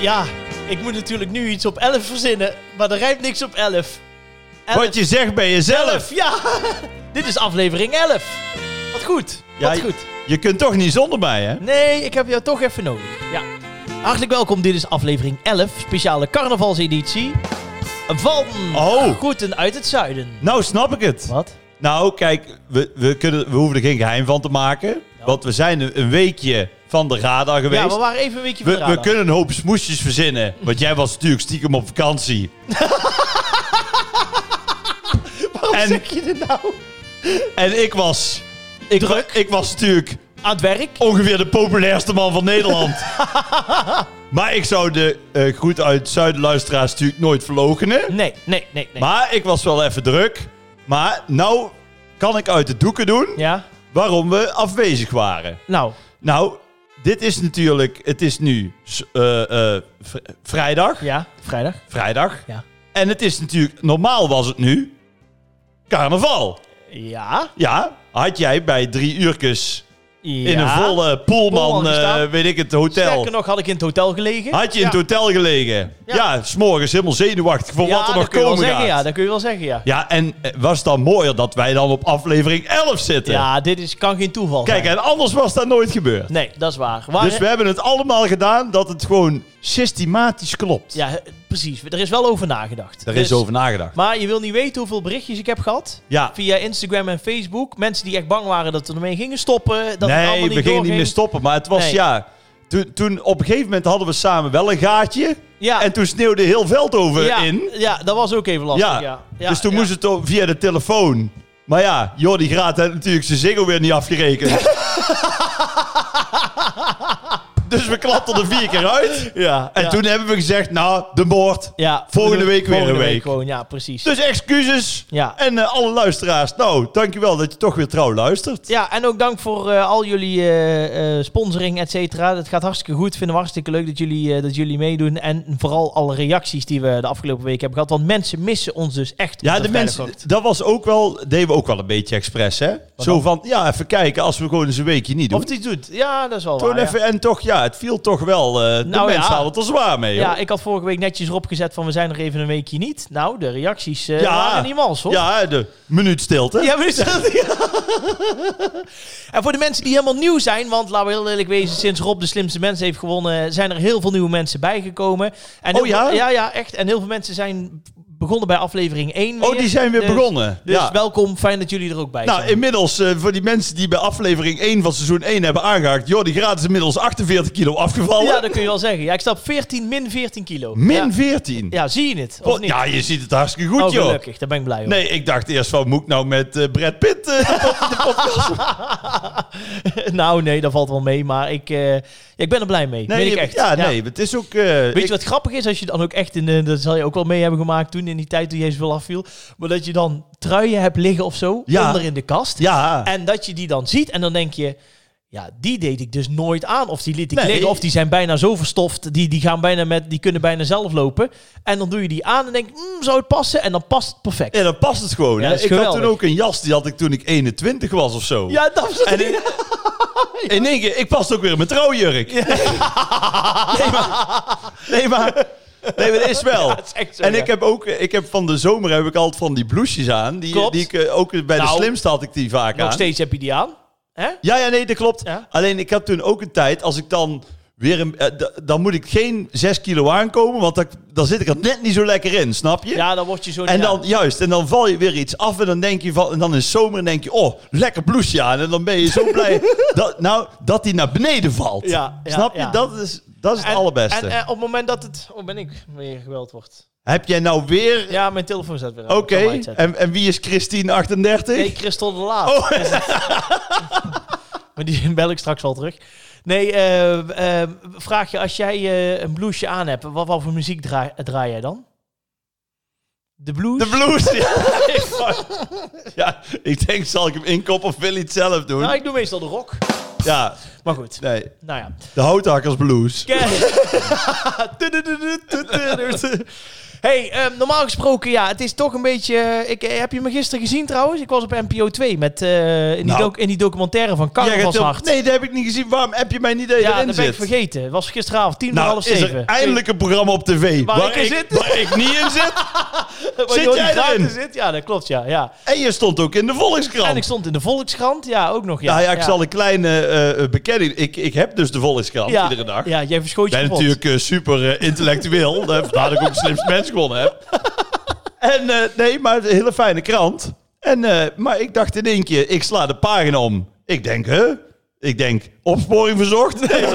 Ja, ik moet natuurlijk nu iets op 11 verzinnen, maar er rijmt niks op 11. Wat je zegt bij jezelf. 11, ja. Dit is aflevering 11. Wat goed, wat goed. Je kunt toch niet zonder mij, hè? Nee, ik heb jou toch even nodig. Ja. Hartelijk welkom, dit is aflevering 11, speciale carnavalseditie van Groeten uit het Zuiden. Nou, snap ik het. Wat? Nou, kijk, we hoeven er geen geheim van te maken. No. Want we zijn een weekje van de radar geweest. Ja, we waren even een weekje van de radar. We kunnen een hoop smoesjes verzinnen. Want jij was natuurlijk stiekem op vakantie. Waarom zeg je dit nou? En ik was druk. Ik was natuurlijk aan het werk. Ongeveer de populairste man van Nederland. Maar ik zou de Groet uit het Zuiden luisteraars natuurlijk nooit verloochenen. Nee. Maar ik was wel even druk. Maar nou kan ik uit de doeken doen waarom we afwezig waren. Nou, dit is natuurlijk... Het is nu vrijdag. Ja, vrijdag. Ja. En het is natuurlijk... Normaal was het nu carnaval. Ja. Ja, had jij bij 3 uurtjes... In een volle Poelman, weet ik het, hotel. Sterker nog, had ik in het hotel gelegen. Had je in het hotel gelegen? Ja, 's morgens helemaal zenuwachtig voor wat er nog komen gaat. Ja, dat kun je wel zeggen, ja. Ja, en was het dan mooier dat wij dan op aflevering 11 zitten? Ja, kan geen toeval zijn. Kijk, en anders was dat nooit gebeurd. Nee, dat is waar. Dus we hebben het allemaal gedaan dat het gewoon systematisch klopt. Ja, precies. Er is wel over nagedacht. Er is over nagedacht. Maar je wil niet weten hoeveel berichtjes ik heb gehad. Ja. Via Instagram en Facebook. Mensen die echt bang waren dat we ermee gingen stoppen. Dat nee, we gingen niet meer stoppen. Maar het was Toen op een gegeven moment hadden we samen wel een gaatje. Ja. En toen sneeuwde heel Veldhoven in. Ja, dat was ook even lastig. Ja. Dus toen moest het via de telefoon. Maar ja, Jordi Graat had natuurlijk zijn Ziggo weer niet afgerekend. Dus we klapten er 4 keer uit. Ja, en toen hebben we gezegd, nou, de moord. Ja, volgende week weer een week. Gewoon, ja, precies. Dus excuses. Ja. En alle luisteraars, nou, dankjewel dat je toch weer trouw luistert. Ja, en ook dank voor al jullie sponsoring, et cetera. Dat gaat hartstikke goed. Vinden we hartstikke leuk dat jullie meedoen. En vooral alle reacties die we de afgelopen week hebben gehad. Want mensen missen ons dus echt. Ja, de mensen, dat was ook wel, deden we ook wel een beetje expres, hè? Zo van, ja, even kijken als we gewoon eens een weekje niet doen. Of het iets doet. Ja, dat is wel waar. Even, en toch, het viel toch wel. De mensen hadden het er zwaar mee. Ja, ik had vorige week netjes erop gezet van we zijn er even een weekje niet. Nou, de reacties waren niet mals, hoor. Ja, de minuut stilte. En voor de mensen die helemaal nieuw zijn, want laten we heel eerlijk wezen, sinds Rob de slimste mens heeft gewonnen, zijn er heel veel nieuwe mensen bijgekomen. En ja, echt. En heel veel mensen zijn begonnen bij aflevering 1 weer. Oh, die zijn weer begonnen. Dus welkom, fijn dat jullie er ook bij zijn. Nou, inmiddels, voor die mensen die bij aflevering 1 van seizoen 1 hebben aangehaakt, Jordi Graat is inmiddels 48 kilo afgevallen. Ja, dat kun je wel zeggen. Ja, ik sta op 14 kilo. Min 14? Ja, zie je het? Of niet? Ja, je ziet het hartstikke goed, joh. Gelukkig, daar ben ik blij om. Nee, ik dacht eerst van, moet ik nou met Brad Pitt de podcast? Nou, nee, dat valt wel mee, maar ik ben er blij mee. Nee, ik echt. Ja, nee, het is ook... Weet je wat grappig is? Als je dan ook echt dat zal je ook wel mee hebben gemaakt toen in die tijd toen je zoveel afviel. Maar dat je dan truien hebt liggen of zo onder in de kast. Ja. En dat je die dan ziet en dan denk je, ja, die deed ik dus nooit aan. Of die liet ik liggen. Of die zijn bijna zo verstoft. Die kunnen bijna zelf lopen. En dan doe je die aan en denk zou het passen? En dan past het perfect. Ja, dan past het gewoon. Ja, ik had toen ook een jas, die had ik toen ik 21 was of zo. Ja, dat was het. In één keer, ik past ook weer in mijn trouwjurk. Ja. Nee, maar dat is wel. Ja, dat is echt zo, en ik heb van de zomer heb ik altijd van die blouses aan. Die ik ook bij de slimste had ik die vaak aan. Nog steeds heb je die aan? Hè? Ja, nee, dat klopt. Ja? Alleen ik had toen ook een tijd, als ik dan weer dan moet ik geen 6 kilo aankomen, want dan zit ik er net niet zo lekker in, snap je? Ja, dan word je zo niet en dan en dan val je weer iets af en dan denk je en dan is zomer en denk je, oh, lekker blouseje aan en dan ben je zo blij dat die naar beneden valt. Ja, snap je? Ja. Dat is het allerbeste. En op het moment dat het... Oh, ben ik weer geweld wordt. Heb jij nou weer... Ja, mijn telefoon staat weer aan. Oké. En wie is Christine 38? Nee, Christel de Laat. Oh. Maar die bel ik straks wel terug. Nee, vraag je, als jij een blouseje aan hebt, wat voor muziek draai jij dan? De blues? De blues, ja. Ja, ik denk, zal ik hem inkoppen of wil hij het zelf doen? Nou, ik doe meestal de rock. Ja. Maar goed. Nee. Nou ja. De Houthakkers Blues. Hey, normaal gesproken, ja, het is toch een beetje... heb je me gisteren gezien trouwens? Ik was op NPO 2 met, in die documentaire van Carnavalshart. Nee, dat heb ik niet gezien. Waarom heb je mij niet erin Ja, dat ben ik vergeten. Het was gisteravond 6:30. Is er eindelijk een programma op tv waar ik niet in zit? Zit jij erin? Ja, dat klopt, ja. En je stond ook in de Volkskrant. En ik stond in de Volkskrant, ja, ook nog. Ja, ik zal een kleine bekenning... Ik heb dus de Volkskrant iedere dag. Ja, jij verschoot je pot. Ik ben natuurlijk super intellectueel. Daar ik ook de slimste mensen gewonnen heb. En nee, maar een hele fijne krant. En, maar ik dacht in één keer, ik sla de pagina om. Ik denk, opsporing verzocht. Nee,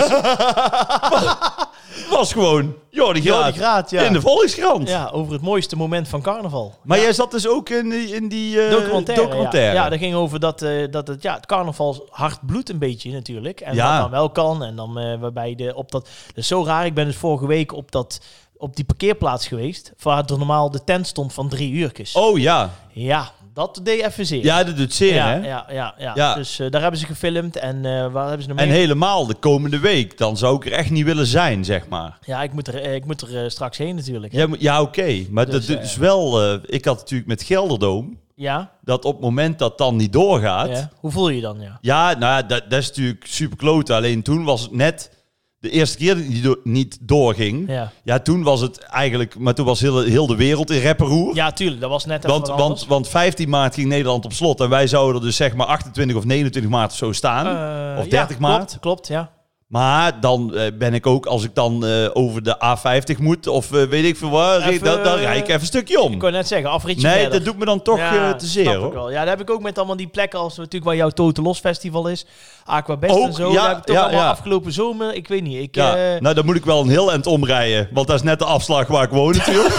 was gewoon Jordi Graat in de Volkskrant. Ja, over het mooiste moment van carnaval. Maar jij zat dus ook in die documentaire. Ja, dat ging over dat het carnaval hard bloedt een beetje natuurlijk. En dat dan wel kan. En dan waarbij dat is zo raar. Ik ben dus vorige week op die parkeerplaats geweest, waar er normaal de tent stond van 3 uurtjes. Oh ja. Ja, dat deed even zeer. Ja, dat doet zeer, hè? Ja. Dus daar hebben ze gefilmd en waar hebben ze nog mee? En helemaal de komende week, dan zou ik er echt niet willen zijn, zeg maar. Ja, ik moet er straks heen natuurlijk. Ja, oké. Maar dus, dat is wel... ik had natuurlijk met Gelderdoom... Ja. Dat op het moment dat dan niet doorgaat... Ja. Hoe voel je je dan, ja? Ja, nou ja, dat is natuurlijk super klote. Alleen toen was het net... De eerste keer dat die niet doorging, ja, toen was het eigenlijk... Maar toen was heel de wereld in reperoer. Ja, tuurlijk. Dat was net even want 15 maart ging Nederland op slot. En wij zouden er dus zeg maar 28 of 29 maart of zo staan. Of 30 maart. Klopt, ja. Maar dan ben ik ook, als ik dan over de A50 moet... Of weet ik veel waar, dan rijd ik even een stukje om. Ik kon net zeggen, afritje Nee, verder. dat doet me dan toch te zeer, hoor. Wel. Ja, dat heb ik ook met allemaal die plekken als natuurlijk waar jouw Tote Los Festival is. Aquabest en zo. Ja, dat heb ik toch allemaal afgelopen zomer. Ik weet niet. Nou, dan moet ik wel een heel eind omrijden. Want dat is net de afslag waar ik woon natuurlijk.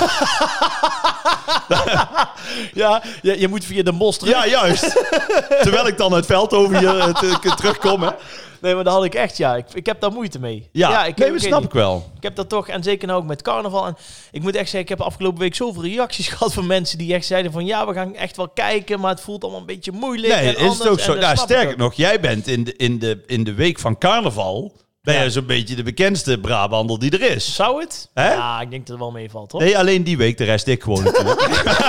Ja, je moet via de Bos terug. Ja, juist. Terwijl ik dan uit Veldhoven hier terugkom, hè. Nee, maar daar had ik echt, ik heb daar moeite mee. Dat snap ik wel. Ik heb dat toch, en zeker nou ook met carnaval. En ik moet echt zeggen, ik heb afgelopen week zoveel reacties gehad van mensen die echt zeiden van... Ja, we gaan echt wel kijken, maar het voelt allemaal een beetje moeilijk. Nee, is het ook zo? Nou, sterker nog, jij bent in de week van carnaval... Ben je zo'n beetje de bekendste Brabander die er is. Zou het? Hè? Ja, ik denk dat het wel meevalt, hoor. Nee, alleen die week, de rest ik gewoon natuurlijk.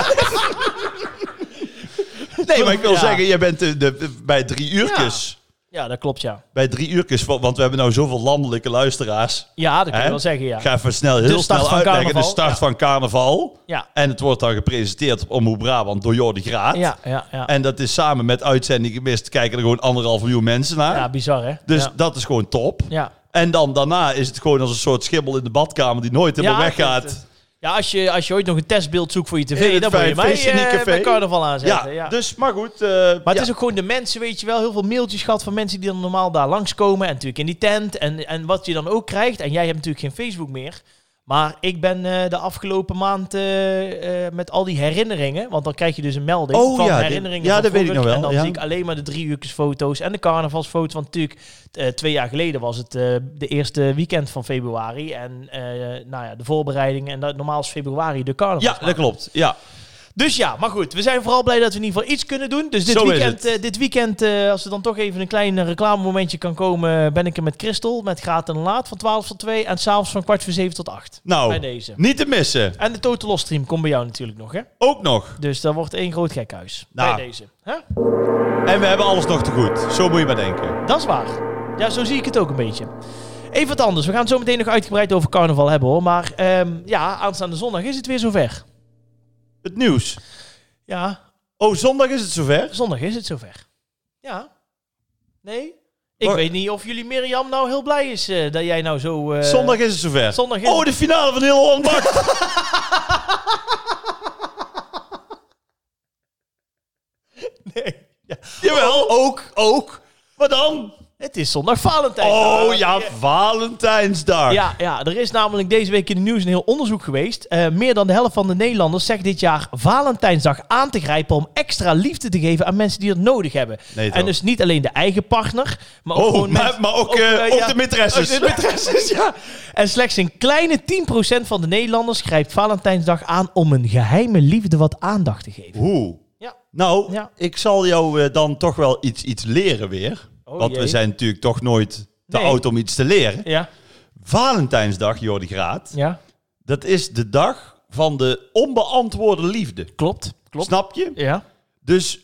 Nee, maar ik wil zeggen, jij bent bij 3 uurtjes... Ja, dat klopt, ja. Bij 3 uurtjes, want we hebben nou zoveel landelijke luisteraars. Ja, dat kan je wel zeggen, ja. Ik ga even heel snel uitleggen. De start van carnaval. Ja. En het wordt dan gepresenteerd op Omroep Brabant door Jordi Graat. Ja. En dat is samen met Uitzending Gemist, kijken er gewoon 1,5 miljoen mensen naar. Ja, bizar, hè? Dus dat is gewoon top. Ja. En dan daarna is het gewoon als een soort schimmel in de badkamer die nooit helemaal weggaat. Ja, als je ooit nog een testbeeld zoekt voor je tv, dan moet je mij bij carnaval aanzetten. Ja, dus, maar goed. Maar het is ook gewoon de mensen, weet je wel, heel veel mailtjes gehad van mensen die dan normaal daar langskomen. En natuurlijk in die tent. En wat je dan ook krijgt, en jij hebt natuurlijk geen Facebook meer. Maar ik ben de afgelopen maand met al die herinneringen, want dan krijg je dus een melding van herinneringen. Ja, dat weet ik nog wel. En dan zie ik alleen maar de 3 uurtjes foto's en de carnavalsfoto's. Want natuurlijk, 2 jaar geleden was het de eerste weekend van februari. En de voorbereidingen. En normaal is februari de carnaval. Ja, dat klopt. Ja. Dus ja, maar goed. We zijn vooral blij dat we in ieder geval iets kunnen doen. Dus dit weekend, als er dan toch even een klein reclamemomentje kan komen... ben ik er met Christel, met Graat en Laat van 12 tot 2... en s'avonds van 7:15 tot 8. Nou, bij deze. Niet te missen. En de Tote Los stream komt bij jou natuurlijk nog, hè? Ook nog. Dus dat wordt 1 groot gekhuis. Nou. Bij deze. Huh? En we hebben alles nog te goed. Zo moet je maar denken. Dat is waar. Ja, zo zie ik het ook een beetje. Even wat anders. We gaan het zo meteen nog uitgebreid over carnaval hebben, hoor. Maar aanstaande zondag is het weer zover. Het nieuws. Ja. Oh, zondag is het zover? Zondag is het zover. Ja. Nee? Ik weet niet of jullie Mirjam nou heel blij is dat jij nou zo... Zondag is het zover. De finale van Heel Holland Bakt. Nee. Ja. Jawel. Ook. Wat dan? Het is zondag Valentijnsdag. Oh ja, Valentijnsdag. Ja, er is namelijk deze week in de nieuws een heel onderzoek geweest. Meer dan de helft van de Nederlanders zegt dit jaar Valentijnsdag aan te grijpen om extra liefde te geven aan mensen die het nodig hebben. Nee, en dus niet alleen de eigen partner, maar ook gewoon maar ook de maîtresses. De maîtresses, ja. En slechts een kleine 10% van de Nederlanders grijpt Valentijnsdag aan om een geheime liefde wat aandacht te geven. Oeh. Ja. Nou, ik zal jou dan toch wel iets leren weer. Want we zijn natuurlijk toch nooit te oud om iets te leren. Ja. Valentijnsdag, Jordi Graat. Ja. Dat is de dag van de onbeantwoorde liefde. Klopt. Snap je? Ja. Dus,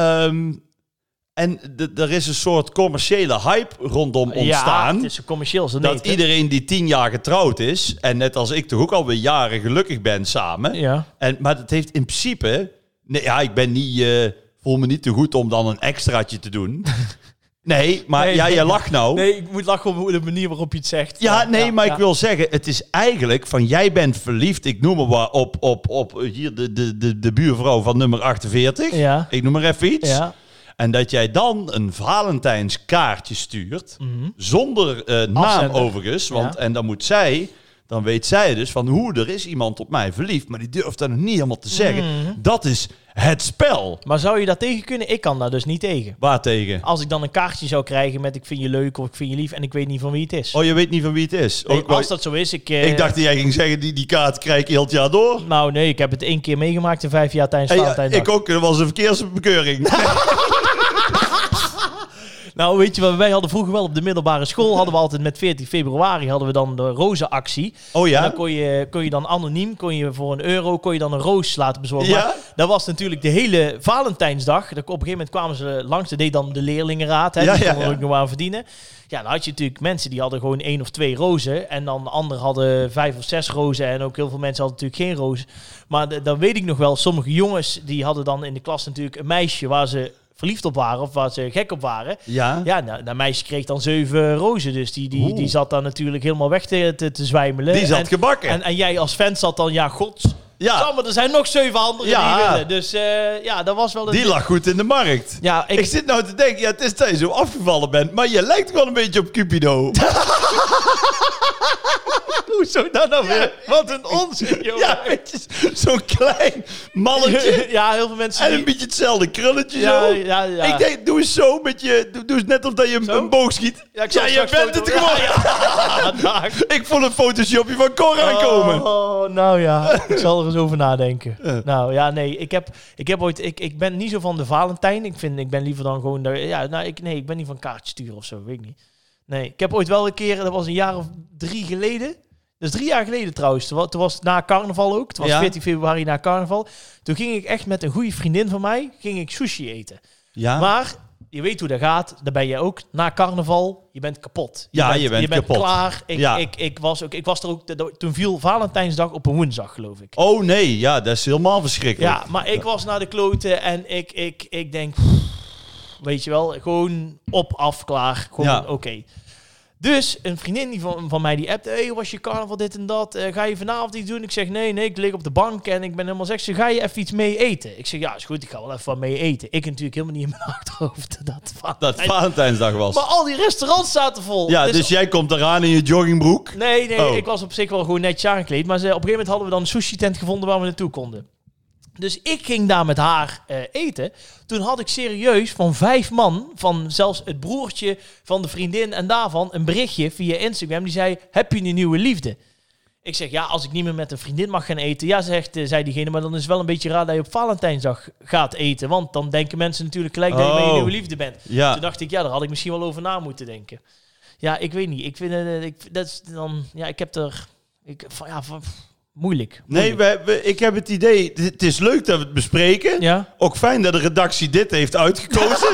er is een soort commerciële hype rondom ontstaan. Ja, het is zo commercieel. Dat iedereen die 10 jaar getrouwd is, en net als ik toch ook alweer jaren gelukkig ben samen. Ja. Maar het heeft in principe... Nee, ja, ik ben niet... voel me niet te goed om dan een extraatje te doen. Nee, maar jij lacht nou. Nee, ik moet lachen om de manier waarop je het zegt. Ik wil zeggen, het is eigenlijk van jij bent verliefd, ik noem maar op hier de buurvrouw van nummer 48. Ja. Ik noem maar even iets. Ja. En dat jij dan een Valentijnskaartje stuurt, zonder naam overigens. Want, en dan weet zij dus van er is iemand op mij verliefd, maar die durft dat nog niet helemaal te zeggen. Dat is het spel. Maar zou je daar tegen kunnen? Ik kan daar dus niet tegen. Waar tegen? Als ik dan een kaartje zou krijgen met ik vind je leuk of ik vind je lief en ik weet niet van wie het is. Oh, je weet niet van wie het is? Nee, als dat zo is, ik dacht dat jij ging zeggen, die kaart krijg ik heel het jaar door. Nou nee, ik heb het 1 keer meegemaakt in 5 jaar tijdens Valentijnsdag. Ik ook, dat was een verkeersbekeuring. Nou, weet je wat, wij hadden vroeger wel op de middelbare school, hadden we altijd met 14 februari hadden we dan de rozenactie. Oh ja? En dan kon je dan anoniem, voor €1, kon je dan een roos laten bezorgen. Ja? Maar dat was natuurlijk de hele Valentijnsdag. Op een gegeven moment kwamen ze langs, dat deed dan de leerlingenraad, hè, die konden er ook nog aan verdienen. Ja, dan had je natuurlijk mensen die hadden gewoon 1 of 2 rozen. En dan anderen hadden 5 of 6 rozen. En ook heel veel mensen hadden natuurlijk geen rozen. Maar dan weet ik nog wel, sommige jongens die hadden dan in de klas natuurlijk een meisje waar ze verliefd op waren of waar ze gek op waren. Ja, dat meisje kreeg dan 7 rozen. Dus die zat dan natuurlijk helemaal weg te zwijmelen. Die zat gebakken. En jij als fan zat dan, maar er zijn nog 7 anderen die willen. Dus dat was wel... Die lag goed in de markt. Ja, ik zit nou te denken, het is dat je zo afgevallen bent, maar je lijkt wel een beetje op Cupido. Hoezo dat nou weer? Wat een onzin, joh. Ja, zo'n klein mannetje. Ja, heel veel mensen... En een beetje hetzelfde krulletje zo. Ja. Ik denk, doe eens zo met je... Doe eens net alsof je een boog schiet. Ja, je bent het gewoon. Ik vond een fotoshopje van Cor aankomen. Oh, nou ja. Ik zal er eens over nadenken. Nou ja, nee. Ik ben niet zo van de Valentijn. Ik ben liever dan gewoon... ik ben niet van kaartjes sturen of zo. Weet ik niet. Nee, ik heb ooit wel een keer... Dat was een jaar of 3 geleden... Dat is 3 jaar geleden trouwens. Toen was het na carnaval ook. Het was 14 februari na carnaval. Toen ging ik echt met een goede vriendin van mij... ging ik sushi eten. Ja. Maar je weet hoe dat gaat. Daar ben je ook. Na carnaval, je bent kapot. Je bent kapot. Klaar. Ik was er ook... Toen viel Valentijnsdag op een woensdag, geloof ik. Oh nee, dat is helemaal verschrikkelijk. Ja, maar ik was naar de kloten en ik denk... weet je wel, gewoon op, af, klaar. Gewoon oké. Dus een vriendin van mij die appte, hey, was je carnaval dit en dat? Ga je vanavond iets doen? Ik zeg, nee, ik lig op de bank en ik ben helemaal sexy. Ga je even iets mee eten? Ik zeg, ja, is goed, ik ga wel even wat mee eten. Ik natuurlijk helemaal niet in mijn achterhoofd dat Valentijnsdag was. Maar al die restaurants zaten vol. Ja, dus jij komt eraan in je joggingbroek? Nee, ik was op zich wel gewoon netjes aangekleed. Maar op een gegeven moment hadden we dan een sushi-tent gevonden waar we naartoe konden. Dus ik ging daar met haar eten. Toen had ik serieus van 5 man, van zelfs het broertje van de vriendin en daarvan, een berichtje via Instagram. Die zei, heb je een nieuwe liefde? Ik zeg, ja, als ik niet meer met een vriendin mag gaan eten. Ja, zei diegene, maar dan is het wel een beetje raar dat je op Valentijnsdag gaat eten. Want dan denken mensen natuurlijk gelijk dat je met je nieuwe liefde bent. Ja. Toen dacht ik, daar had ik misschien wel over na moeten denken. Ja, ik weet niet. Ik vind dat is dan... Ja, ik heb er... Moeilijk. Nee, ik heb het idee... Het is leuk dat we het bespreken. Ja. Ook fijn dat de redactie dit heeft uitgekozen.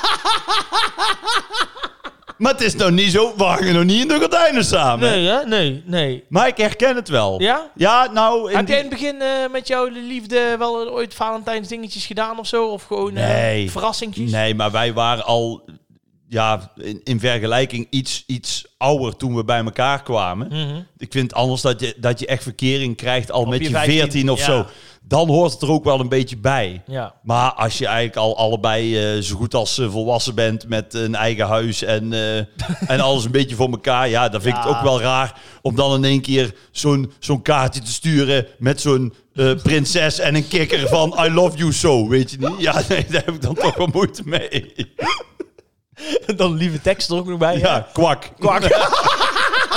Maar het is nog niet zo... We hangen nog niet in de gordijnen samen. Nee, hè? Nee. Maar ik herken het wel. Ja? Ja, nou... Heb jij in het begin met jouw liefde wel ooit Valentijns dingetjes gedaan of zo? Of gewoon verrassingjes? Nee, maar wij waren al... Ja, in vergelijking iets ouder toen we bij elkaar kwamen. Mm-hmm. Ik vind anders dat je echt verkering krijgt al met je 14 of zo. Dan hoort het er ook wel een beetje bij. Ja. Maar als je eigenlijk al allebei zo goed als volwassen bent met een eigen huis en alles een beetje voor elkaar. Ja, dan vind ik het ook wel raar om dan in één keer zo'n kaartje te sturen met zo'n prinses en een kikker van I love you so, weet je niet? Ja, nee, daar heb ik dan toch wel moeite mee. En dan lieve tekst er ook nog bij. Ja, kwak.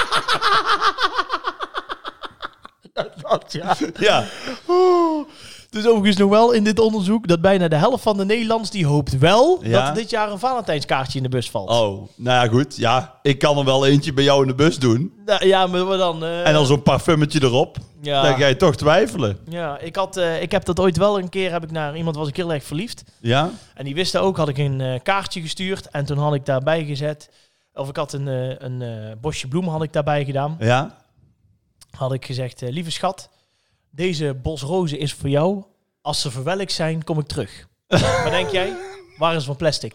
Ja. Dus overigens nog wel in dit onderzoek dat bijna de helft van de Nederlanders die hoopt wel dat er dit jaar een Valentijnskaartje in de bus valt. Oh, nou ja, goed. Ja, ik kan er wel eentje bij jou in de bus doen. Nou, ja, maar dan... En dan zo'n parfummetje erop. Ja. Dan ga je toch twijfelen. Ja, ik heb dat ooit wel een keer, was ik heel erg verliefd. Ja? En die wisten ook, had ik een kaartje gestuurd en toen had ik daarbij gezet, of ik had een bosje bloemen had ik daarbij gedaan. Ja? Had ik gezegd, lieve schat, deze bos rozen is voor jou. Als ze verwelkt zijn, kom ik terug. Wat denk jij? Waar is van plastic?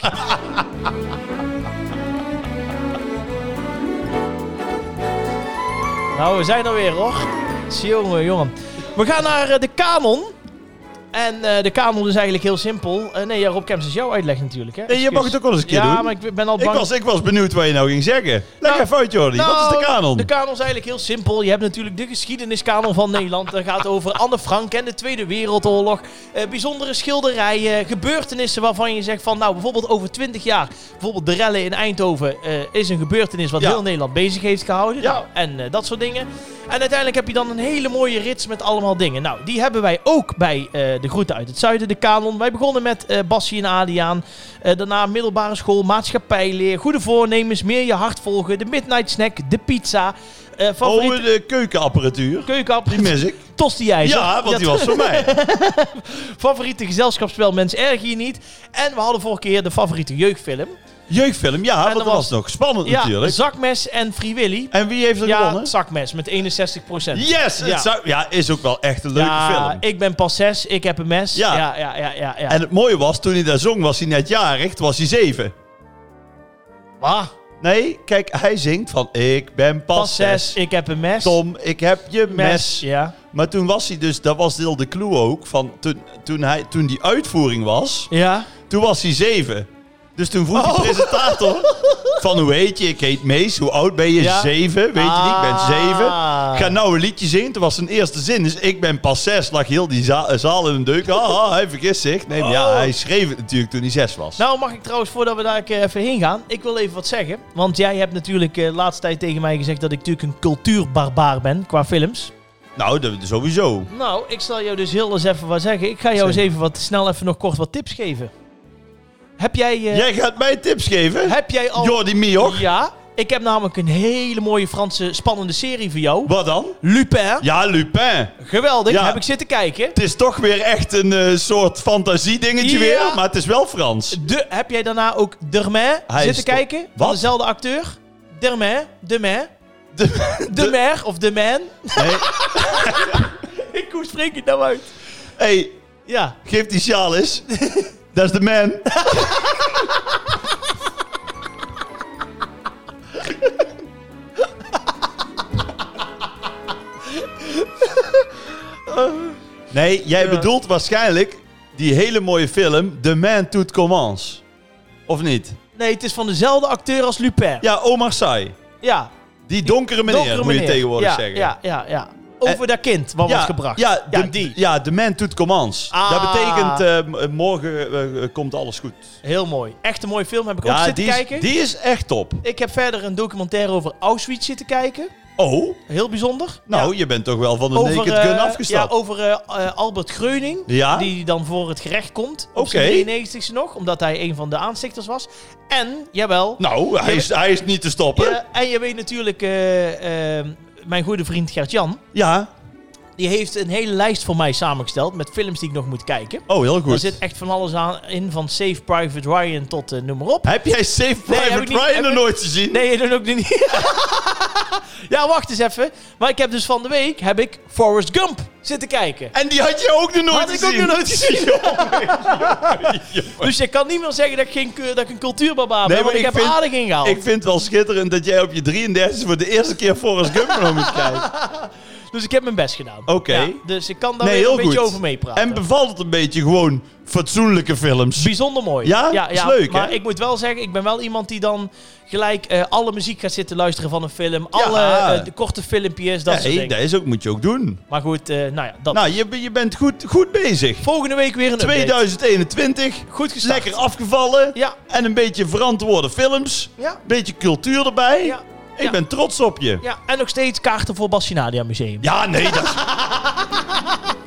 Nou, we zijn er weer hoor. Jongen. We gaan naar de kanon. En de kanon is eigenlijk heel simpel. Rob Kemps is jouw uitleg natuurlijk. Hè? Nee, je mag het ook wel eens een keer doen. Ja, maar ik ben al bang. Ik was benieuwd wat je nou ging zeggen. Leg even uit, Jordi. Wat is de kanon? De kanon is eigenlijk heel simpel. Je hebt natuurlijk de geschiedeniskanon van Nederland. Dat gaat over Anne Frank en de Tweede Wereldoorlog. Bijzondere schilderijen, gebeurtenissen waarvan je zegt van... Nou, bijvoorbeeld over 20 jaar. Bijvoorbeeld de rellen in Eindhoven is een gebeurtenis wat heel Nederland bezig heeft gehouden. Ja. Nou, en dat soort dingen. En uiteindelijk heb je dan een hele mooie rits met allemaal dingen. Nou, die hebben wij ook bij de Groeten uit het Zuiden, de kanon. Wij begonnen met Bassie en Adriaan. Daarna middelbare school, maatschappijleer, goede voornemens, meer je hart volgen, de midnight snack, de pizza. De keukenapparatuur. Die mis ik. Tosti-ijzer. Ja, want die was voor mij. Favoriete gezelschapsspel, Mens erger je niet. En we hadden vorige keer de favoriete jeugdfilm. Jeugdfilm, ja, want dat was nog spannend natuurlijk. Zakmes en Free Willy. En wie heeft er gewonnen? Zakmes met 61%. Yes! Is ook wel echt een leuke film. Ik ben pas 6, ik heb een mes. Ja. En het mooie was, toen hij daar zong, was hij net jarig, toen was hij 7. Wat? Nee, kijk, hij zingt van ik ben pas 6. Ik heb een mes. Tom, ik heb je mes. Ja. Maar toen was hij dus, dat was deel de clue ook, van toen die uitvoering was, toen was hij 7. Dus toen vroeg de presentator van hoe heet je? Ik heet Mees. Hoe oud ben je? 7. Weet je niet? Ik ben 7. Ga nou een liedje zingen. Toen was zijn eerste zin. Dus ik ben pas 6. Lag heel die zaal in een deuk. Hij vergist zich. Nee, hij schreef het natuurlijk toen hij 6 was. Nou mag ik trouwens, voordat we daar even heen gaan. Ik wil even wat zeggen. Want jij hebt natuurlijk de laatste tijd tegen mij gezegd dat ik natuurlijk een cultuurbarbaar ben qua films. Nou, dat sowieso. Nou, ik zal jou dus heel eens even wat zeggen. Ik ga jou eens even nog kort wat tips geven. Heb jij... Jij gaat mij tips geven? Heb jij al... Jordi Mioch? Ja. Ik heb namelijk een hele mooie Franse spannende serie voor jou. Wat dan? Lupin. Ja, Lupin. Geweldig. Ja. Heb ik zitten kijken. Het is toch weer echt een soort fantasiedingetje weer. Maar het is wel Frans. Heb jij daarna ook Dermain zitten kijken? Van dezelfde acteur. Dermain. De Mer of de Man. Nee. Hoe spreek je het nou uit? Hey. Ja. Geef die sjaal eens. Dat is de man. Nee, jij bedoelt waarschijnlijk die hele mooie film The Man Tout Commence. Of niet? Nee, het is van dezelfde acteur als Lupin. Ja, Omar Sy. Ja. Die donkere meneer, moet je tegenwoordig zeggen. Ja. Over dat kind wat was gebracht. Ja, The Man Tout Commence. Dat betekent morgen komt alles goed. Heel mooi. Echt een mooie film. Heb ik ook zitten kijken. Die is echt top. Ik heb verder een documentaire over Auschwitz zitten kijken. Oh. Heel bijzonder. Nou, je bent toch wel van de Naked Gun afgestapt. Ja, over Albert Gröning. Ja? Die dan voor het gerecht komt. Op zijn 93ste nog. Omdat hij een van de aanstichters was. En, jawel. Nou, hij is niet te stoppen. En je weet natuurlijk... mijn goede vriend Gert-Jan. Ja. Die heeft een hele lijst voor mij samengesteld met films die ik nog moet kijken. Oh, heel goed. Er zit echt van alles aan in, van Save Private Ryan tot noem maar op. Heb jij Save Private Ryan nog nooit gezien? Nee, dat ook niet. Ja, wacht eens even. Maar ik heb dus van de week Forrest Gump zitten kijken. En die had je ook nog nooit gezien? Had ik ook nog nooit gezien. Dus je kan niet meer zeggen dat ik een cultuurbarbaar ben, maar ik heb aardig ingehaald. Ik vind het wel schitterend dat jij op je 33 voor de eerste keer Forrest Gump nog moet kijken. Dus ik heb mijn best gedaan. Oké. Ja, dus ik kan daar weer een beetje over meepraten. En bevalt het een beetje gewoon fatsoenlijke films? Bijzonder mooi. Ja? Is leuk, maar ik moet wel zeggen, ik ben wel iemand die dan gelijk alle muziek gaat zitten luisteren van een film. Alle de korte filmpjes, dat soort dingen. Dat moet je ook doen. Maar goed, dat. Nou, je bent goed bezig. Volgende week weer een 2021. Goed gestart. Lekker afgevallen. Ja. En een beetje verantwoorde films. Ja. Een beetje cultuur erbij. Ja. Ik ben trots op je. Ja, en nog steeds kaarten voor Bassie Nadia Museum. Ja, nee, dat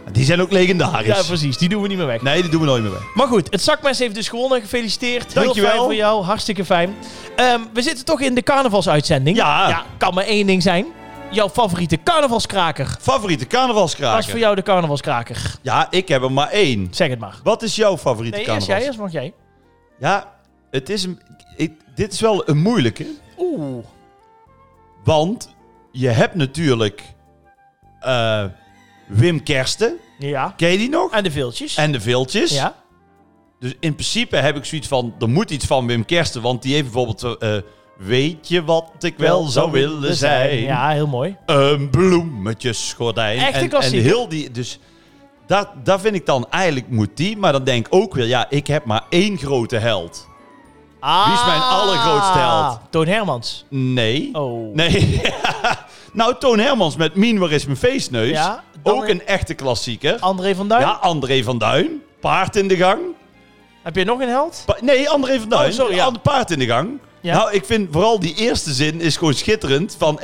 Die zijn ook legendarisch. Ja, precies. Die doen we niet meer weg. Nee, die doen we nooit meer weg. Maar goed, het zakmes heeft dus gewonnen. Gefeliciteerd. Dankjewel. Heel fijn voor jou. Hartstikke fijn. We zitten toch in de carnavalsuitzending. Ja. Kan maar één ding zijn. Jouw favoriete carnavalskraker. Favoriete carnavalskraker? Wat is voor jou de carnavalskraker? Ja, ik heb er maar 1. Zeg het maar. Wat is jouw favoriete carnavalskraker? Eerst mag jij. Ja, het is dit is wel een moeilijke. Oeh. Want je hebt natuurlijk Wim Kersten. Ja. Ken je die nog? En de viltjes. En de viltjes. Ja. Dus in principe heb ik zoiets van, er moet iets van Wim Kersten. Want die heeft bijvoorbeeld, weet je wat ik wel zou willen zijn? Ja, heel mooi. Een bloemetjesgordijn. Echt een klassieker. En heel die, dus daar vind ik dan eigenlijk moet die. Maar dan denk ik ook weer, ja, ik heb maar 1 grote held. Wie is mijn allergrootste held? Toon Hermans. Nee. Oh. Nee. Nou, Toon Hermans met Mien, waar is mijn feestneus? Ja, ook een echte klassieker. André van Duin? Ja, André van Duin. Paard in de gang. Heb je nog een held? Nee, André van Duin. Oh, sorry, ja. Paard in de gang. Ja. Nou, ik vind vooral die eerste zin is gewoon schitterend. Van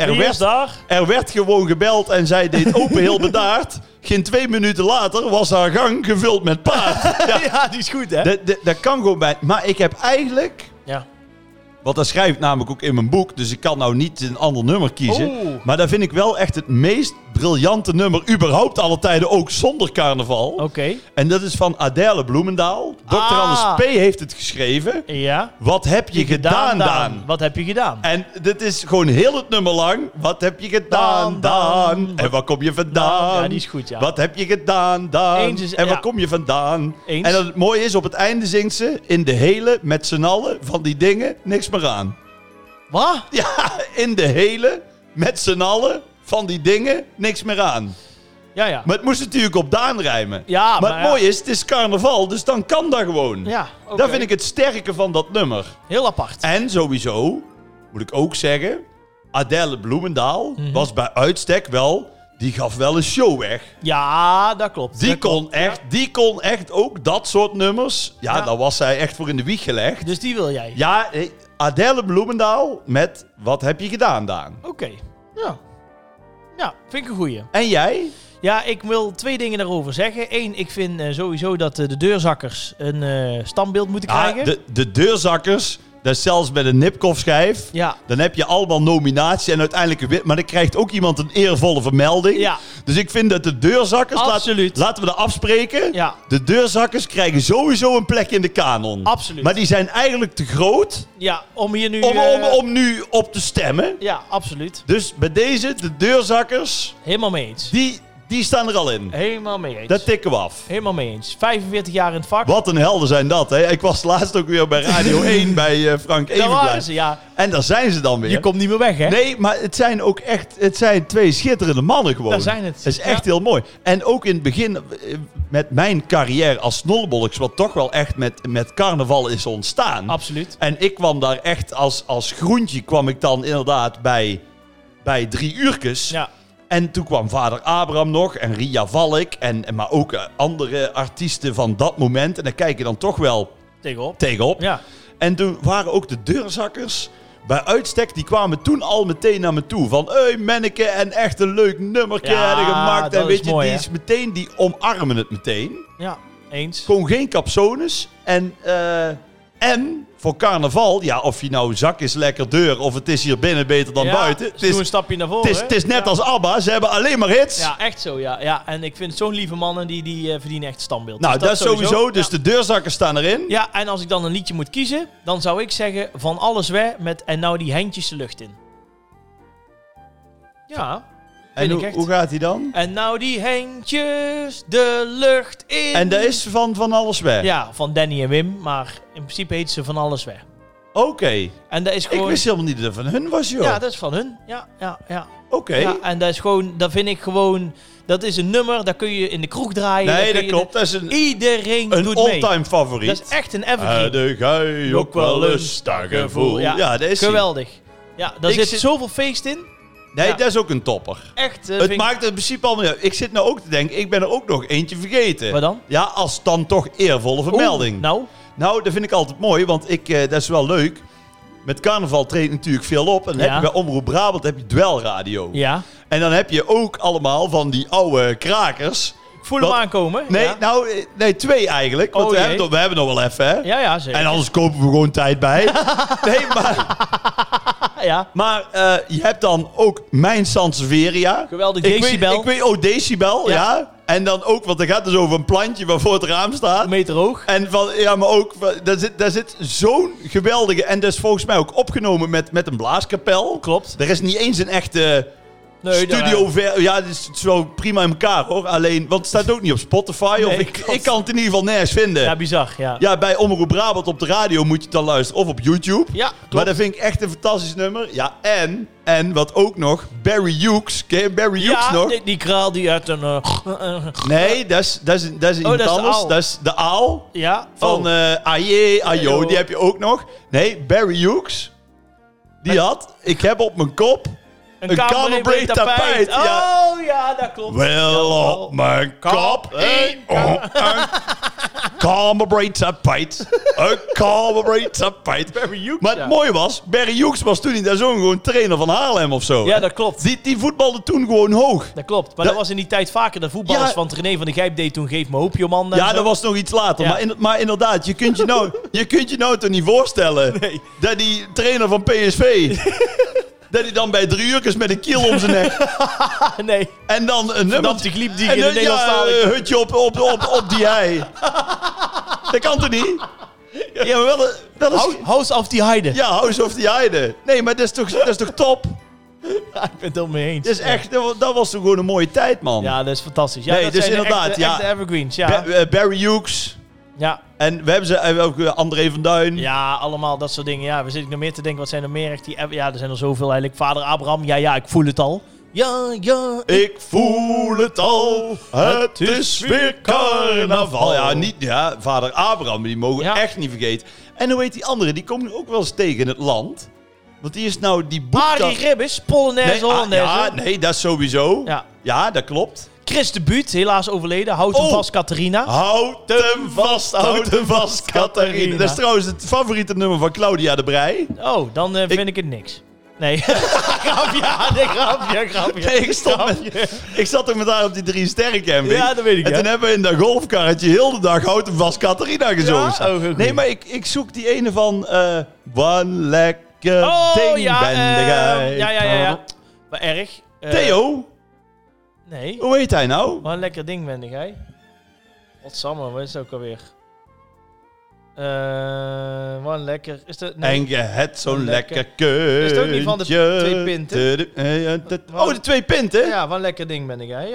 er werd gewoon gebeld en zij deed open heel bedaard. Geen 2 minuten later was haar gang gevuld met paard. Ja, die is goed, hè? Dat kan gewoon bij. Maar ik heb eigenlijk... Ja. Want dat schrijf ik namelijk ook in mijn boek. Dus ik kan nou niet een ander nummer kiezen. Oh. Maar daar vind ik wel echt het meest briljante nummer überhaupt alle tijden. Ook zonder carnaval. Oké. En dat is van Adèle Bloemendaal. Dr. Anders P. heeft het geschreven. Ja. Wat heb je gedaan, Daan? Wat heb je gedaan? En dit is gewoon heel het nummer lang. Wat heb je gedaan, Daan? En waar kom je vandaan? Ja, die is goed, ja. Wat heb je gedaan, Daan? En waar kom je vandaan? Eens. En het mooie is, op het einde zingt ze... in de hele, met z'n allen, van die dingen, niks meer aan. Wat? Ja, in de hele, met z'n allen, van die dingen, niks meer aan. Ja. Maar het moest natuurlijk op Daan rijmen. Ja, maar het mooie is, het is carnaval, dus dan kan dat gewoon. Ja, oké. Dat vind ik het sterke van dat nummer. Heel apart. En sowieso, moet ik ook zeggen... Adèle Bloemendaal was bij uitstek wel... Die gaf wel een show weg. Ja, dat klopt. Die kon echt ook dat soort nummers... Ja, daar was zij echt voor in de wieg gelegd. Dus die wil jij? Ja, Adèle Bloemendaal met Wat heb je gedaan, Daan? Oké. Ja. Ja, vind ik een goeie. En jij? Ja, ik wil 2 dingen daarover zeggen. 1, ik vind sowieso dat de deurzakkers een standbeeld moeten krijgen. De deurzakkers... Dat is zelfs met een Nipkoff-schijf. Ja. Dan heb je allemaal nominaties en uiteindelijk een win. Maar dan krijgt ook iemand een eervolle vermelding. Ja. Dus ik vind dat de deurzakkers... Absoluut. Laten we dat afspreken. Ja. De deurzakkers krijgen sowieso een plek in de kanon. Absoluut. Maar die zijn eigenlijk te groot... Ja, om hier nu... Om nu op te stemmen. Ja, absoluut. Dus bij deze, de deurzakkers... Helemaal mee eens. Die staan er al in. Helemaal mee eens. Dat tikken we af. Helemaal mee eens. 45 jaar in het vak. Wat een helden zijn dat, hè? Ik was laatst ook weer bij Radio 1 bij Frank Daar waren Evenblij. ze, ja. En daar zijn ze dan weer. Je komt niet meer weg, hè? Nee, maar het zijn ook echt... Het zijn 2 schitterende mannen gewoon. Daar zijn het. Het is echt heel mooi. En ook in het begin, met mijn carrière als Snollebolleks... wat toch wel echt met carnaval is ontstaan. Absoluut. En ik kwam daar echt als groentje... kwam ik dan inderdaad bij 3 uurtjes... Ja. En toen kwam vader Abraham nog en Ria Valk, maar ook andere artiesten van dat moment. En daar kijk je dan toch wel tegenop. Ja. En toen waren ook de deurzakkers bij uitstek, die kwamen toen al meteen naar me toe. Van, hey Menneke, en echt een leuk nummertje hebben gemaakt. En weet je, mooi, die is meteen, die omarmen het meteen. Ja, eens. Gewoon geen capsones. En voor carnaval, ja, of je nou zak is lekker deur of het is hier binnen beter dan buiten. Het is een stapje naar voren. Het is net als ABBA, ze hebben alleen maar hits. Ja, echt zo, ja. En ik vind zo'n lieve mannen, die verdienen echt standbeeld. Nou, dus dat sowieso. Dus de deurzakkers staan erin. Ja, en als ik dan een liedje moet kiezen, dan zou ik zeggen Van Alles Weg met En nou die handjes de lucht in. Ja. En hoe gaat hij dan? En nou die handjes de lucht in. En dat is van Alles Weg? Ja, van Danny en Wim, maar in principe heet ze Van Alles Weg. Oké. En dat is gewoon... Ik wist helemaal niet dat het van hun was, joh. Ja, dat is van hun. Ja. Oké. Ja, en dat is gewoon, dat vind ik gewoon... Dat is een nummer, dat kun je in de kroeg draaien. Nee, dat klopt. Dat is iedereen doet mee. Een all-time favoriet. Dat is echt een evergreen. De gij ook wel eens dat gevoel. Ja, dat is geweldig. Ja, daar zit zoveel feest in. Nee, dat is ook een topper. Echt. Het maakt het in principe allemaal... Ik zit nou ook te denken, ik ben er ook nog eentje vergeten. Wat dan? Ja, als dan toch eervolle vermelding. Nou, dat vind ik altijd mooi, want dat is wel leuk. Met carnaval treed ik natuurlijk veel op. En dan heb je bij Omroep Brabant heb je dwelradio. Ja. En dan heb je ook allemaal van die oude krakers. voel hem aankomen. Nee, nee, 2 eigenlijk. Want we hebben nog wel even, hè? Ja, zeker. En anders kopen we gewoon tijd bij. Nee, maar... Ja. Maar je hebt dan ook Mijn Sansevieria. Geweldig, Decibel. Ik weet, Decibel, ja. En dan ook, want er gaat dus over een plantje waarvoor het raam staat. Een meter hoog. En maar ook, daar zit zo'n geweldige... En dat is volgens mij ook opgenomen met een blaaskapel. Klopt. Er is niet eens een echte... studio ja, het is wel prima in elkaar hoor. Alleen, want het staat ook niet op Spotify. Of ik kan het in ieder geval nergens vinden. Ja, bizar. Ja. Ja, bij Omroep Brabant op de radio moet je het dan luisteren. Of op YouTube. Ja, klopt. Maar dat vind ik echt een fantastisch nummer. Ja, en wat ook nog, Barry Hughes. Ken je Barry Hughes nog? Ja, die kraal die uit een... Nee, dat is iemand anders. Dat is de aal. Ja. Van Ayo, die heb je ook nog. Nee, Barry Hughes. Die had, ik heb op mijn kop... Een kamerbraid tapijt. Oh ja, dat klopt. Wel op mijn kop. Een kamerbraid tapijt. Een kamerbraid tapijt. Maar het mooie was, Barry Hughes was toen in dat zoon gewoon trainer van Haarlem of zo. Ja, dat klopt. Die voetbalde toen gewoon hoog. Dat klopt. Maar dat was in die tijd vaker de voetballers. Want René van der Gijp deed toen Geef me hoop, joh man. Ja, dat was nog iets later. Ja. Maar inderdaad, je kunt je nou toch niet voorstellen dat die trainer van PSV... Dat hij dan bij 3 uurtjes met een kiel om zijn nek. Nee. En dan een nummer. Die gliep die in de Nederlandstalige... hutje op die hei. Dat kan toch niet? Ja, maar wel House of the Heide. Ja, House of the Heide. Nee, maar dat is toch top? Ja, ik ben het er mee eens. Dat is echt, dat was toch gewoon een mooie tijd, man. Ja, dat is fantastisch. Ja, nee, dat dus zijn inderdaad, echte evergreens, ja. Barry Hughes. Ja. En we hebben ook André van Duin. Ja, allemaal dat soort dingen. Ja, we zitten nog meer te denken, wat zijn er meer? Ja, er zijn er zoveel eigenlijk. Vader Abraham, ja, ik voel het al. Ja, ik voel het al. Het is weer carnaval. Ja, Vader Abraham, die mogen we echt niet vergeten. En hoe heet die andere? Die komen ook wel eens tegen in het land. Want die is nou die boek... Harry Ribbes, Polonaise, Hollandaise. Nee, dat sowieso. Ja, dat klopt. Chris de Buut, helaas overleden. Houd hem vast, Catharina. Houd hem vast, Catharina. Dat is trouwens het favoriete nummer van Claudia de Breij. Oh, dan vind ik het niks. Nee. grapje. Nee, ik zat ook met haar op die 3 sterren camping. Ja, dat weet ik. En toen hebben we in dat golfkarretje heel de dag Houd hem vast, Catharina gezongen. Ja? Oh, nee, maar ik zoek die ene van One lekker ding ben jij. Ja. Wat erg. Theo? Nee. Hoe heet hij nou? Wat een lekker ding ben jij. Godsamme, wat is het ook alweer? Wat een lekker... Is dat, nee. En je hebt zo'n lekker keurtje. Is het ook niet van de 2 pinten? De 2 pinten? Ja, wat een lekker ding ben jij.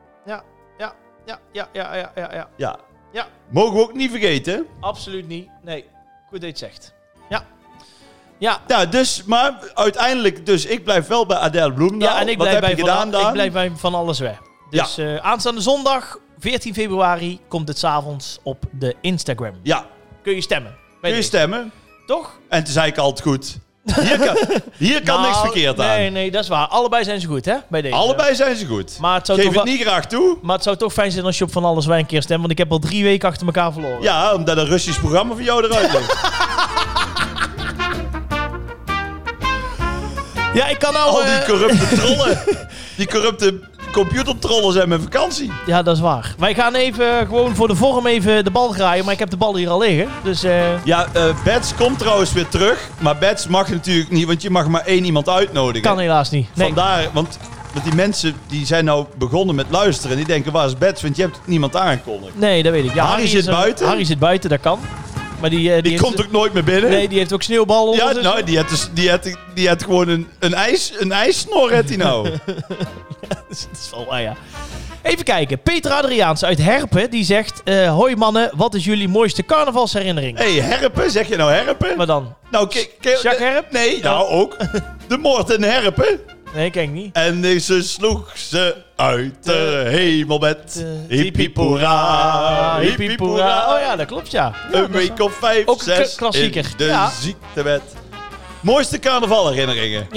Ja. Mogen we ook niet vergeten? Absoluut niet. Nee. Goed dat je het zegt. Ja, dus, maar uiteindelijk, dus ik blijf wel bij Adele Bloemendaal. Ja, en ik blijf bij Van Alles Weg. Dus aanstaande zondag, 14 februari, komt het 's avonds op de Instagram. Ja. Kun je stemmen. Stemmen. Toch? En toen zei ik altijd goed. Hier kan niks verkeerd aan. Nee, dat is waar. Allebei zijn ze goed, hè? Bij deze. Allebei zijn ze goed. Maar het zou Geef het niet graag toe. Maar het zou toch fijn zijn als je op Van Alles Wij een keer stemt. Want ik heb al 3 weken achter elkaar verloren. Ja, omdat een Russisch programma voor jou eruit ligt. Ja, ik kan nou... Al die corrupte trollen. Die corrupte computertrollen zijn met vakantie. Ja, dat is waar. Wij gaan even gewoon voor de vorm even de bal graaien. Maar ik heb de bal hier al liggen. Dus, Ja, Bets komt trouwens weer terug. Maar Bets mag natuurlijk niet, want je mag maar 1 iemand uitnodigen. Kan helaas niet. Nee. Vandaar, want die mensen die zijn nou begonnen met luisteren. En die denken, waar is Bets? Want je hebt niemand aangekondigd. Nee, dat weet ik. Ja, Harry zit buiten. Harry zit buiten, dat kan. Maar die komt ook nooit meer binnen. Nee, die heeft ook sneeuwballen. Ja, nou, die had gewoon een ijssnor, had hij nou. Dat is wel, ja. Even kijken. Peter Adriaans uit Herpen, die zegt... hoi mannen, wat is jullie mooiste carnavalsherinnering? Hey, Herpen? Zeg je nou Herpen? Wat dan? Nou, Jacques Herp? Nee, nou ook. De moord in Herpen. Nee, ken ik niet. En ze sloeg ze uit de hemelbed. Hippiepoera, hippiepoera. Oh ja, dat klopt, ja. Een week of 5, 6 ook een klassieker. in de ziektewet. Mooiste carnavalherinneringen? Ja.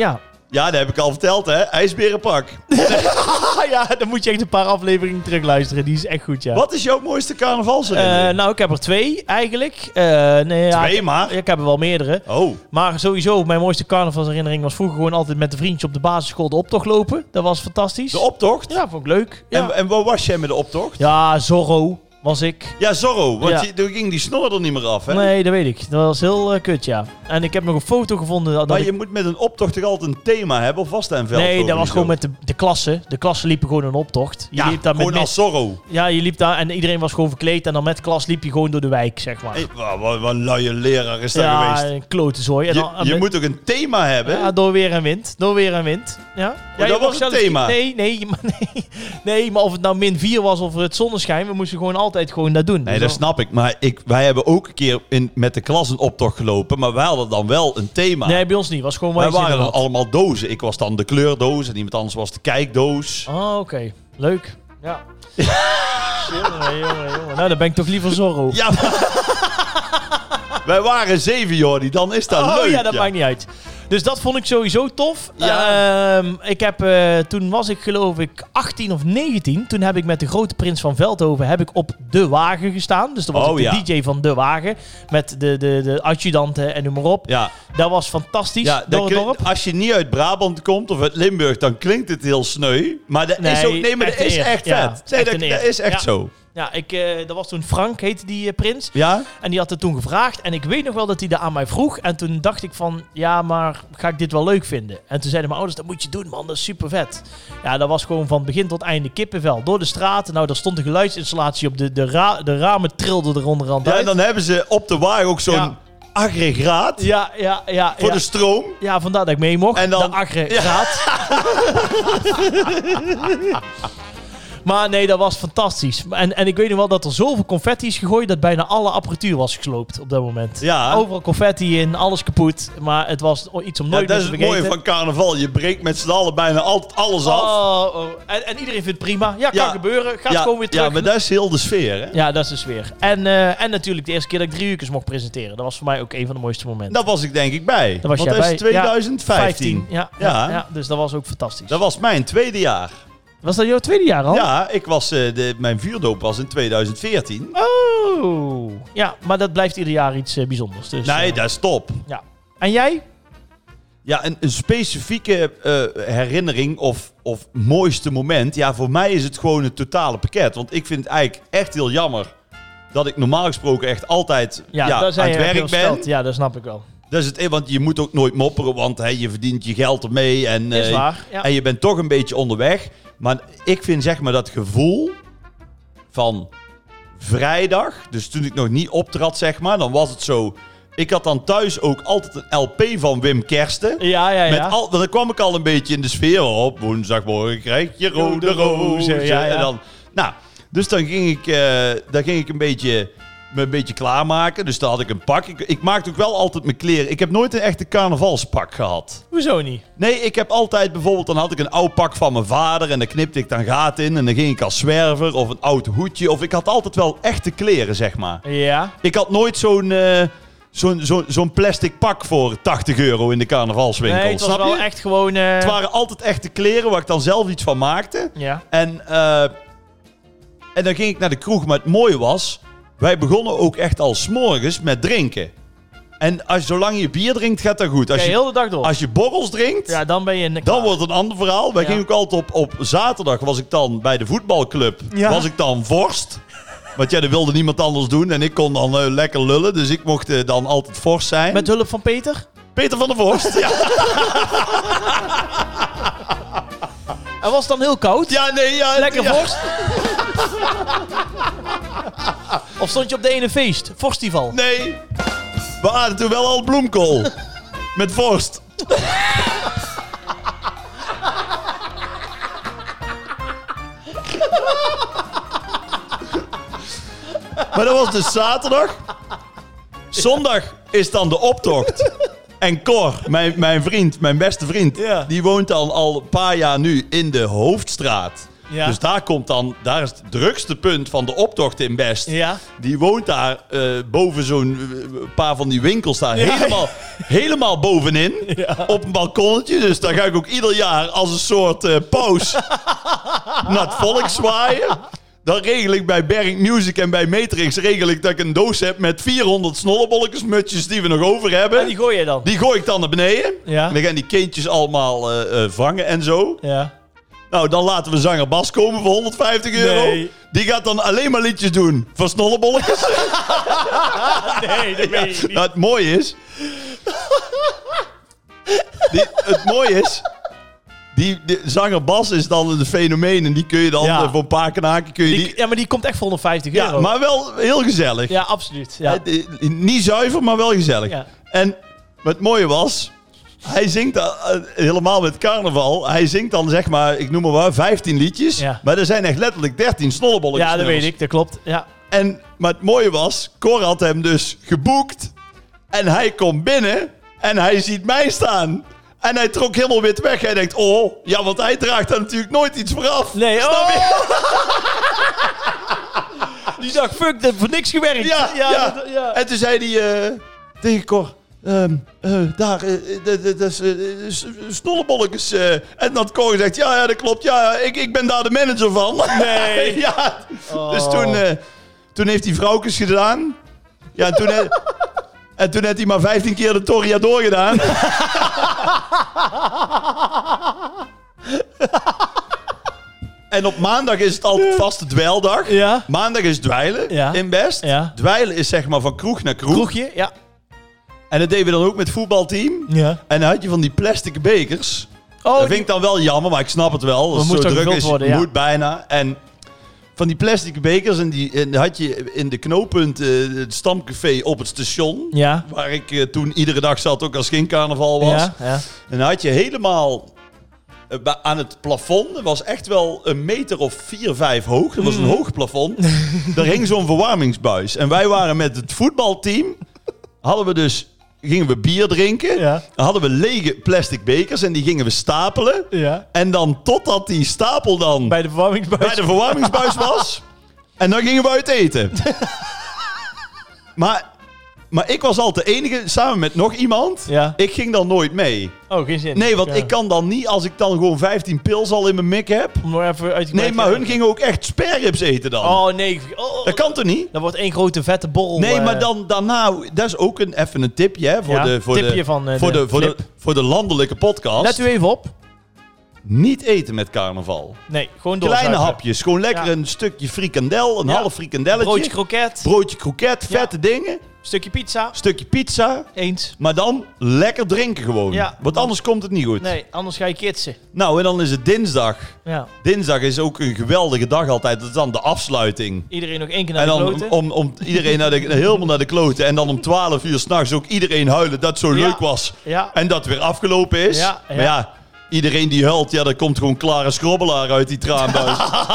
Ja, dat heb ik al verteld, hè. IJsberenpak. Ja, dan moet je echt een paar afleveringen terugluisteren. Die is echt goed, ja. Wat is jouw mooiste carnavalsherinnering? Nou, ik heb er 2 eigenlijk. Nee, 2 maar? Ik heb er wel meerdere. Oh. Maar sowieso, mijn mooiste carnavalsherinnering was vroeger gewoon altijd met de vriendjes op de basisschool de optocht lopen. Dat was fantastisch. De optocht? Ja, vond ik leuk. Ja. En waar was jij met de optocht? Ja, Zorro was ik. Ja, Zorro. Want toen ging die snor er niet meer af, hè? Nee, dat weet ik. Dat was heel kut, ja. En ik heb nog een foto gevonden. Maar je moet met een optocht toch altijd een thema hebben? Of was dat een veld? Nee, dat was gewoon met de klassen. De klassen liepen gewoon een optocht. Je liep daar gewoon als Zorro. Ja, je liep daar en iedereen was gewoon verkleed. En dan met klas liep je gewoon door de wijk, zeg maar. Wat een luie leraar is dat geweest. Ja, een klote zooi. En je moet ook een thema hebben? Ja, door weer en wind. Door weer en wind. Ja. Ja, dat was het thema? Nee, maar of het nou -4 was of het zonneschijn, we moesten gewoon altijd gewoon dat doen. Nee, dat snap ik. Maar wij hebben ook een keer met de klas een optocht gelopen, maar wij hadden dan wel een thema. Nee, bij ons niet. Was gewoon wij waren dan allemaal dozen. Ik was dan de kleurdoos en iemand anders was de kijkdoos. Oh, oké. Leuk. Ja. jongen. Nou, dan ben ik toch liever Zorro. Ja, wij waren 7, Jordi. Dan is dat leuk. Ja, dat maakt niet uit. Dus dat vond ik sowieso tof. Ja. Toen was ik geloof ik 18 of 19. Toen heb ik met de grote prins van Veldhoven op de wagen gestaan. Dus dat was de DJ van de wagen. Met de adjudanten en noem maar op. Ja. Dat was fantastisch. Ja, als je niet uit Brabant komt of uit Limburg, dan klinkt het heel sneu. Maar dat is echt vet. Ja, dat is echt zo. Ja, dat was toen Frank, heette die prins. Ja? En die had het toen gevraagd. En ik weet nog wel dat hij dat aan mij vroeg. En toen dacht ik van, ja, maar ga ik dit wel leuk vinden? En toen zeiden mijn ouders, dat moet je doen, man. Dat is super vet. Ja, dat was gewoon van begin tot einde kippenvel. Door de straten. Nou, daar stond een geluidsinstallatie op. De ramen trilden er onderhand uit. Ja, en dan hebben ze op de wagen ook zo'n aggregaat. Ja. Voor de stroom. Ja, vandaar dat ik mee mocht. En dan, de aggregaat. Ja. Maar nee, dat was fantastisch. En ik weet nog wel dat er zoveel confetti is gegooid dat bijna alle apparatuur was gesloopt op dat moment. Ja. Overal confetti in, alles kapot. Maar het was iets om nooit meer te vergeten. Dat is het mooie van carnaval. Je breekt met z'n allen bijna altijd alles af. En iedereen vindt het prima. Ja, kan gebeuren. Gaat gewoon weer terug. Ja, maar dat is heel de sfeer, hè? Ja, dat is de sfeer. En natuurlijk de eerste keer dat ik 3 uurtjes mocht presenteren. Dat was voor mij ook een van de mooiste momenten. Dat was ik denk ik bij. Dat was jij bij. 2015. Ja, dus dat was ook fantastisch. Dat was mijn tweede jaar. Was dat jouw tweede jaar al? Ja, mijn vuurdoop was in 2014. Oh, ja, maar dat blijft ieder jaar iets bijzonders. Dus, nee, dat is top. Ja. En jij? Ja, een specifieke herinnering of mooiste moment. Ja, voor mij is het gewoon het totale pakket. Want ik vind het eigenlijk echt heel jammer dat ik normaal gesproken echt altijd aan het werk ben. Ja, dat snap ik wel. Dat is het, want je moet ook nooit mopperen, want je verdient je geld ermee. Is waar, ja. En je bent toch een beetje onderweg. Maar ik vind zeg maar dat gevoel van vrijdag, dus toen ik nog niet optrad zeg maar, dan was het zo. Ik had dan thuis ook altijd een LP van Wim Kersten. Ja. Dan kwam ik al een beetje in de sfeer op. Woensdagmorgen krijg je rode rozen. Ja. En dan, dus dan ging ik me een beetje klaarmaken. Dus dan had ik een pak. Ik maakte ook wel altijd mijn kleren. Ik heb nooit een echte carnavalspak gehad. Hoezo niet? Nee, ik heb altijd bijvoorbeeld... Dan had ik een oud pak van mijn vader en daar knipte ik dan gaten in. En dan ging ik als zwerver of een oud hoedje. Of ik had altijd wel echte kleren, zeg maar. Ja. Ik had nooit zo'n plastic pak voor €80 in de carnavalswinkel. Nee, het was wel echt gewoon... Het waren altijd echte kleren waar ik dan zelf iets van maakte. Ja. En dan ging ik naar de kroeg. Maar het mooie was... Wij begonnen ook echt al 's morgens met drinken. En zolang je bier drinkt, gaat dat goed. Als je heel de dag door. Als je borrels drinkt, ja, dan ben je dan wordt het een ander verhaal. Wij gingen ook altijd op zaterdag, was ik dan bij de voetbalclub, was ik dan vorst. Want dat wilde niemand anders doen. En ik kon dan lekker lullen, dus ik mocht dan altijd vorst zijn. Met hulp van Peter? Peter van der Vorst, ja. En was het dan heel koud? Ja, nee, ja. Lekker vorst? Of stond je op de ene feest? Vorstival? Nee. We hadden toen wel al bloemkool. Met vorst. Maar dat was dus zaterdag. Zondag is dan de optocht. En Cor, mijn vriend, mijn beste vriend, die woont dan al een paar jaar nu in de Hoofdstraat. Ja. Dus daar is het drukste punt van de optocht in Best. Ja. Die woont daar boven zo'n paar van die winkels daar. Helemaal bovenin. Ja. Op een balkonnetje. Dus daar ga ik ook ieder jaar als een soort paus naar het volk zwaaien. Dan regel ik bij Berg Music en bij Matrix dat ik een doos heb met 400 snollebolletjesmutjes die we nog over hebben. En die gooi je dan? Die gooi ik dan naar beneden. Ja. En dan gaan die kindjes allemaal vangen en zo. Ja. Nou, dan laten we zanger Bas komen voor €150. Nee. Die gaat dan alleen maar liedjes doen van snollebolletjes. Nee, dat weet ik niet. Nou, het mooie is... Die zanger Bas is dan een fenomeen en die kun je dan voor een paar knaken... Ja, maar die komt echt voor €150. Ja, maar wel heel gezellig. Ja, absoluut. Ja. Niet zuiver, maar wel gezellig. Ja. En het mooie was... Hij zingt helemaal met carnaval. Hij zingt dan zeg maar, ik noem maar wat, 15 liedjes. Ja. Maar er zijn echt letterlijk 13 snollebolletjes. Ja, dat weet ik. Dat klopt. Ja. Maar het mooie was, Cor had hem dus geboekt. En hij komt binnen en hij ziet mij staan. En hij trok helemaal wit weg. Hij denkt, want hij draagt daar natuurlijk nooit iets vooraf. Nee, Die dacht, fuck, dat voor niks gewerkt. Ja. En toen zei hij tegen Cor... dat is snollebolletjes. En dat Cor zegt, ja, dat klopt. Ja, ik ben daar de manager van. Nee. Ja. Oh. Dus toen heeft hij vrouwtjes gedaan. Ja, en toen heeft hij maar 15 keer de Toreador gedaan. En op maandag is het altijd vaste dweildag. Ja. Maandag is dweilen in Best. Ja. Dweilen is zeg maar van kroeg naar kroeg. Kroegje, ja. En dat deden we dan ook met het voetbalteam. Ja. En dan had je van die plastic bekers. Dat vind ik dan wel jammer, maar ik snap het wel. Als het zo druk is, moet bijna. En van die plastic bekers en had je in de knooppunt het stamcafé op het station. Ja. Waar ik toen iedere dag zat, ook als geen carnaval was. Ja, ja. En dan had je helemaal aan het plafond. Dat was echt wel 1 meter of 4, 5 hoog. Dat was een hoog plafond. Daar hing zo'n verwarmingsbuis. En wij waren met het voetbalteam. Gingen we bier drinken. Ja. Dan hadden we lege plastic bekers en die gingen we stapelen. Ja. En dan totdat die stapel dan bij de verwarmingsbuis was. En dan gingen we uit eten. Maar ik was altijd de enige, samen met nog iemand. Ja. Ik ging dan nooit mee. Oh, geen zin. Nee, want ik kan dan niet, als ik dan gewoon 15 pils al in mijn mik heb. Om nog even uit nee, maar hun gingen ook echt spareribs eten dan. Oh, nee. Dat kan toch niet? Dat wordt 1 grote vette borrel. Nee, maar dan daarna, dat is ook even een tipje hè, voor de landelijke podcast. Let u even op. Niet eten met carnaval. Nee, gewoon doorzuipen. Kleine hapjes. Gewoon lekker een stukje frikandel, een half frikandelletje. Broodje kroket, vette dingen. Stukje pizza. Eens. Maar dan lekker drinken gewoon. Ja, want anders komt het niet goed. Nee, anders ga je kitsen. Nou, en dan is het dinsdag. Ja. Dinsdag is ook een geweldige dag altijd. Dat is dan de afsluiting. Iedereen nog 1 keer naar de kloten. Om iedereen helemaal naar de kloten. En dan om 12 uur 's nachts ook iedereen huilen dat het zo leuk was. Ja. En dat het weer afgelopen is. Ja. Maar ja, iedereen die huilt, er komt gewoon klare schrobbelaar uit die traanbuis.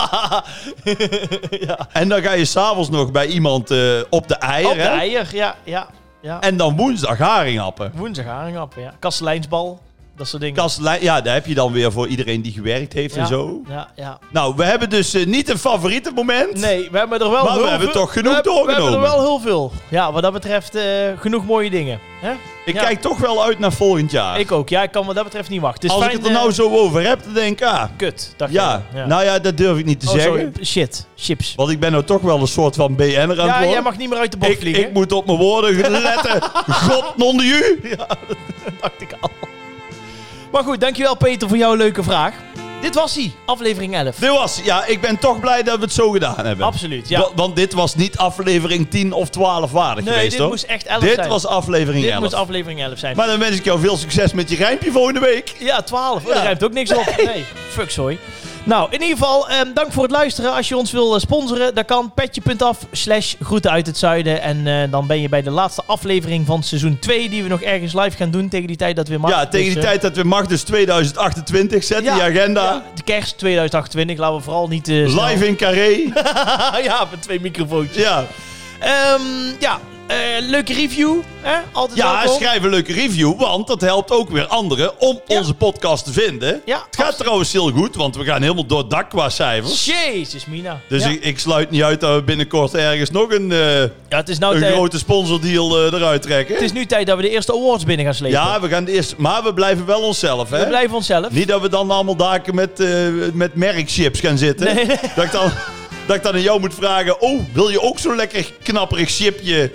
Ja. En dan ga je s'avonds nog bij iemand op de eier. Op de eier, ja. En dan woensdag haringhappen. Ja. Kastelijnsbal, dat soort dingen. Daar heb je dan weer voor iedereen die gewerkt heeft en zo. Ja. Nou, we hebben dus niet een favoriete moment. Nee, we hebben er wel maar we hebben toch genoeg doorgenomen. We hebben er wel heel veel. Ja, wat dat betreft genoeg mooie dingen. Hè? Ik kijk toch wel uit naar volgend jaar. Ik ook, ja. Ik kan wat dat betreft niet wachten. Als ik het er nou zo over heb, dan denk ik, kut. Nou ja, dat durf ik niet te zeggen. Sorry. Chips. Want ik ben nou toch wel een soort van BN'er aan het worden. Ja, jij mag niet meer uit de bocht vliegen. Ik moet op mijn woorden letten. God non de ju. Ja, dat dacht ik al. Maar goed, dankjewel Peter voor jouw leuke vraag. Dit was hij, aflevering 11. Ik ben toch blij dat we het zo gedaan hebben. Absoluut, ja. Want dit was niet aflevering 10 of 12 waardig geweest, dit hoor. moest echt 11 zijn. Dit was aflevering 11. Dit moest aflevering 11 zijn. Maar dan wens ik jou veel succes met je rijmpje volgende week. Ja, 12. Daar rijmt ook niks op. Nee, fuck, sorry. Nou, in ieder geval, dank voor het luisteren. Als je ons wil sponsoren, dat kan petje.af/groeten uit het zuiden. En dan ben je bij de laatste aflevering van seizoen 2, die we nog ergens live gaan doen tegen die tijd dat weer mag. Ja, tegen die tijd dat weer mag, dus 2028. Zet die agenda. Ja, de kerst 2028, laten we vooral niet... live in Carré. Ja, met 2 microfoontjes. Ja. leuke review. Altijd welkom. Schrijf een leuke review, want dat helpt ook weer anderen om onze podcast te vinden. Ja, het gaat trouwens heel goed, want we gaan helemaal door het dak qua cijfers. Jezus, Mina. Dus ik sluit niet uit dat we binnenkort ergens nog een grote sponsordeal eruit trekken. Het is nu tijd dat we de eerste awards binnen gaan slepen. Ja, we gaan de eerste, maar we blijven wel onszelf, hè? We blijven onszelf. Niet dat we dan allemaal daken met merkchips gaan zitten. Nee. Dat ik dan aan jou moet vragen, wil je ook zo'n lekker knapperig chipje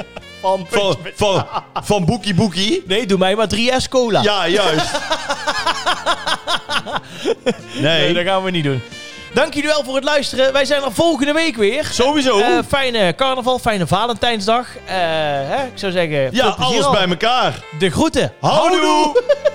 van Boekie Boekie? Nee, doe mij maar 3S cola. Ja, juist. Nee, dat gaan we niet doen. Dank jullie wel voor het luisteren. Wij zijn er volgende week weer. Sowieso. Fijne carnaval, fijne Valentijnsdag. Ik zou zeggen... Ja, alles bij elkaar. De groeten. Houdoe.